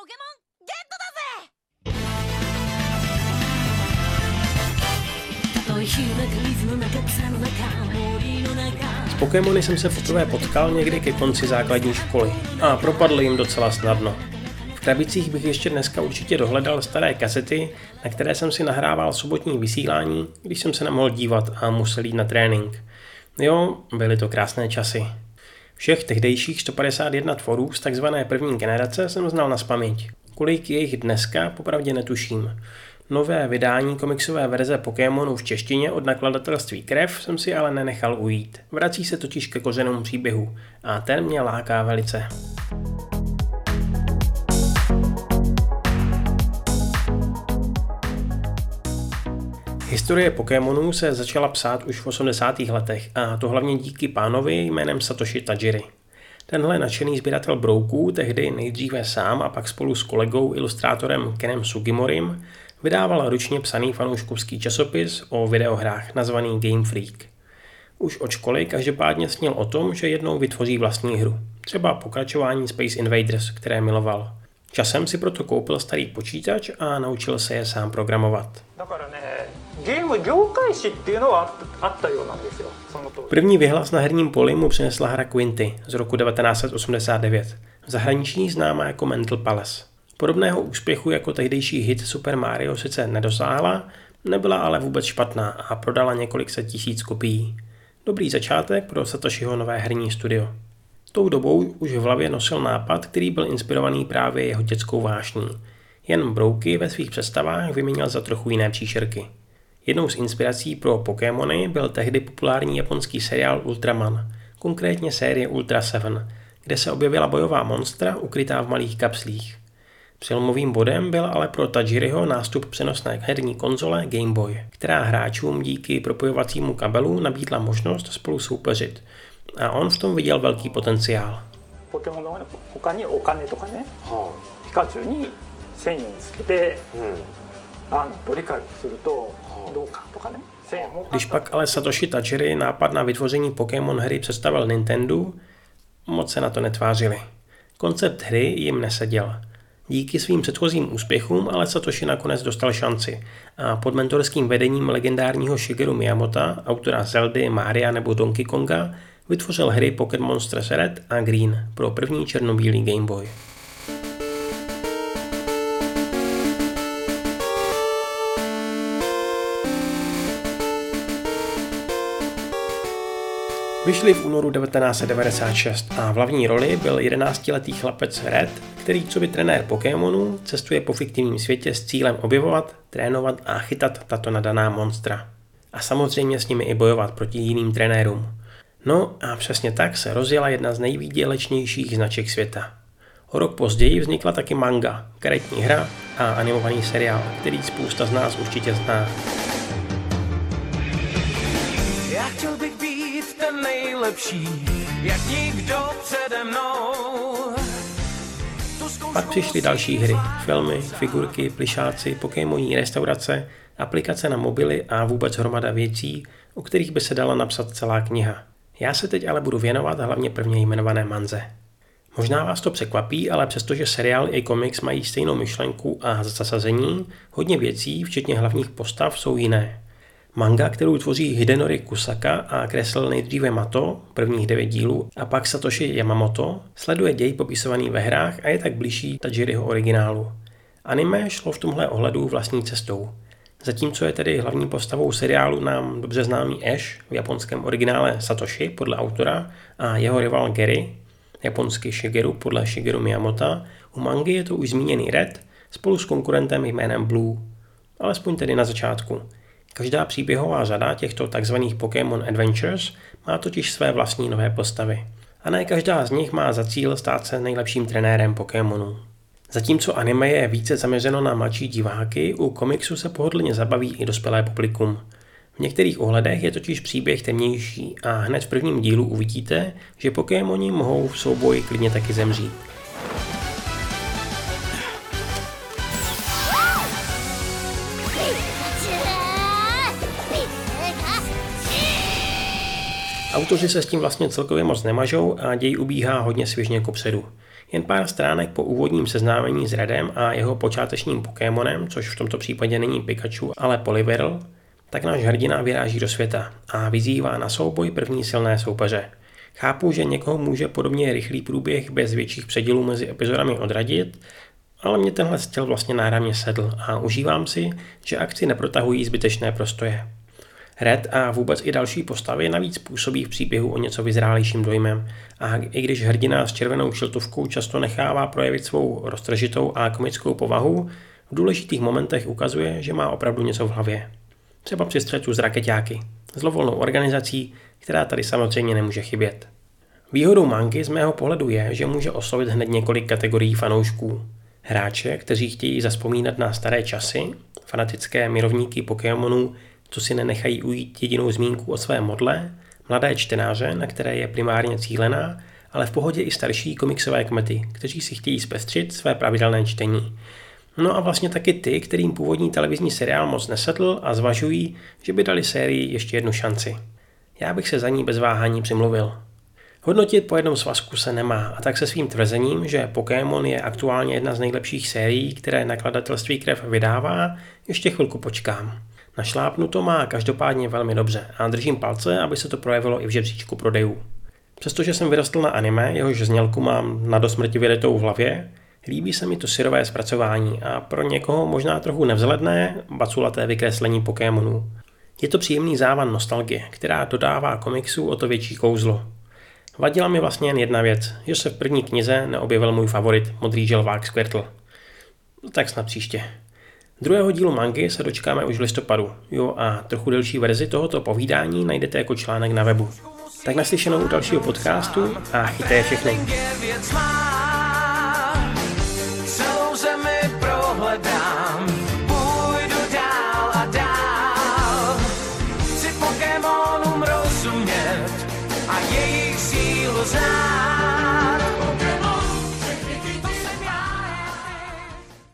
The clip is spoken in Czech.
S Pokémony jsem se poprvé potkal někdy ke konci základní školy a propadl jim docela snadno. V krabicích bych ještě dneska určitě dohledal staré kasety, na které jsem si nahrával sobotní vysílání, když jsem se nemohl dívat a musel jít na trénink. Jo, byly to krásné časy. Všech tehdejších 151 tvorů z takzvané první generace jsem znal nazpaměť. Kolik je jich dneska, popravdě netuším. Nové vydání komiksové verze Pokémonů v češtině od nakladatelství Krev jsem si ale nenechal ujít. Vrací se totiž ke kořenům příběhu a ten mě láká velice. Historie Pokémonů se začala psát už v 80. letech a to hlavně díky pánovi jménem Satoshi Tajiri. Tenhle nadšený sběratel brouků tehdy nejdříve sám a pak spolu s kolegou ilustrátorem Kenem Sugimorim vydával ručně psaný fanouškovský časopis o videohrách nazvaný Game Freak. Už od školy každopádně snil o tom, že jednou vytvoří vlastní hru. Třeba pokračování Space Invaders, které miloval. Časem si proto koupil starý počítač a naučil se je sám programovat. První vyhlas na herním poli mu přinesla hra Quinty z roku 1989, v zahraničí známá jako Mental Palace. Podobného úspěchu jako tehdejší hit Super Mario sice nedosáhla, nebyla ale vůbec špatná a prodala několik set tisíc kopií. Dobrý začátek pro Satoshiho nové herní studio. Tou dobou už v hlavě nosil nápad, který byl inspirovaný právě jeho dětskou vášní. Jen brouky ve svých představách vyměnil za trochu jiné příšerky. Jednou z inspirací pro Pokémony byl tehdy populární japonský seriál Ultraman, konkrétně série Ultra 7, kde se objevila bojová monstra ukrytá v malých kapslích. Přelomovým bodem byl ale pro Tajiriho nástup přenosné herní konzole Game Boy, která hráčům díky propojovacímu kabelu nabídla možnost spolu soupeřit. A on v tom viděl velký potenciál. Když pak ale Satoshi Tajiri nápad na vytvoření Pokémon hry představil Nintendo, moc se na to netvářili. Koncept hry jim neseděl. Díky svým předchozím úspěchům ale Satoshi nakonec dostal šanci a pod mentorským vedením legendárního Shigeru Miyamota, autora Zeldy, Maria nebo Donkey Konga, vytvořil hry Pokémon Monsters Red a Green pro první černobílý Game Boy. Vyšli v únoru 1996 a v hlavní roli byl 11letý chlapec Red, který coby trenér Pokémonů cestuje po fiktivním světě s cílem objevovat, trénovat a chytat tato nadaná monstra. A samozřejmě s nimi i bojovat proti jiným trenérům. No a přesně tak se rozjela jedna z nejvýdělečnějších značek světa. O rok později vznikla taky manga, karetní hra a animovaný seriál, který spousta z nás určitě zná. Já chtěl bych být ten nejlepší, jak nikdo přede mnou. Pak přišly další hry, filmy, figurky, plišáci, pokémoní restaurace, aplikace na mobily a vůbec hromada věcí, o kterých by se dala napsat celá kniha. Já se teď ale budu věnovat hlavně prvně jmenované manze. Možná vás to překvapí, ale přestože seriál i komiks mají stejnou myšlenku a zasazení, hodně věcí, včetně hlavních postav, jsou jiné. Manga, kterou tvoří Hidenori Kusaka a kreslil nejdříve Mato, prvních 9 dílů, a pak Satoshi Yamamoto, sleduje děj popisovaný ve hrách a je tak blížší Tajiriho originálu. Anime šlo v tomhle ohledu vlastní cestou. Zatímco je tedy hlavní postavou seriálu nám dobře známý Ash, v japonském originále Satoshi podle autora, a jeho rival Gary, japonsky Shigeru podle Shigeru Miyamota, u mangy je to už zmíněný Red spolu s konkurentem jménem Blue. Alespoň tedy na začátku. Každá příběhová řada těchto tzv. Pokémon Adventures má totiž své vlastní nové postavy. A ne každá z nich má za cíl stát se nejlepším trenérem Pokémonů. Zatímco anime je více zaměřeno na mladší diváky, u komiksu se pohodlně zabaví i dospělé publikum. V některých ohledech je totiž příběh temnější a hned v prvním dílu uvidíte, že Pokémoni mohou v souboji klidně taky zemřít. Autoři se s tím vlastně celkově moc nemažou a děj ubíhá hodně svěžně kopředu. Jen pár stránek po úvodním seznámení s Redem a jeho počátečním Pokémonem, což v tomto případě není Pikachu, ale Poliwhirl, tak náš hrdina vyráží do světa a vyzývá na souboj první silné soupeře. Chápu, že někoho může podobně rychlý průběh bez větších předělů mezi epizodami odradit, ale mě tenhle styl vlastně náramně sedl a užívám si, že akci neprotahují zbytečné prostoje. Red a vůbec i další postavy navíc působí v příběhu o něco vyzrálejším dojmem a i když hrdina s červenou šiltovkou často nechává projevit svou roztržitou a komickou povahu, v důležitých momentech ukazuje, že má opravdu něco v hlavě. Třeba při střetu s rakeťáky, zlovolnou organizací, která tady samozřejmě nemůže chybět. Výhodou mangy z mého pohledu je, že může oslovit hned několik kategorií fanoušků. Hráče, kteří chtějí zazpomínat na staré časy, fanatické milovníky Pokémonů, co si nenechají ujít jedinou zmínku o své modle, mladé čtenáře, na které je primárně cílená, ale v pohodě i starší komiksové kmety, kteří si chtějí zpestřit své pravidelné čtení. No a vlastně taky ty, kterým původní televizní seriál moc nesedl a zvažují, že by dali sérii ještě jednu šanci. Já bych se za ní bez váhání přimluvil. Hodnotit po jednom svazku se nemá a tak se svým tvrzením, že Pokémon je aktuálně jedna z nejlepších sérií, které nakladatelství Krev vydává, ještě chvilku počkám. Našlápnu to má každopádně velmi dobře a držím palce, aby se to projevilo i v žebříčku prodejů. Přestože jsem vyrostl na anime, jehož znělku mám na dosmrti vyrytou v hlavě, líbí se mi to syrové zpracování a pro někoho možná trochu nevzhledné, baculaté vykreslení Pokémonů. Je to příjemný závan nostalgie, která dodává komiksu o to větší kouzlo. Vadila mi vlastně jen jedna věc, že se v první knize neobjevil můj favorit, modrý želvák Squirtle. Tak snad příště. Druhého dílu mangy se dočkáme už v listopadu. Jo, a trochu delší verzi tohoto povídání najdete jako článek na webu. Tak naslyšenou u dalšího podcastu a chyťte je všechny. Celou zemi prohledám, půjdu dál a dál. Chci Pokémonům rozumět a jejich sílu znát.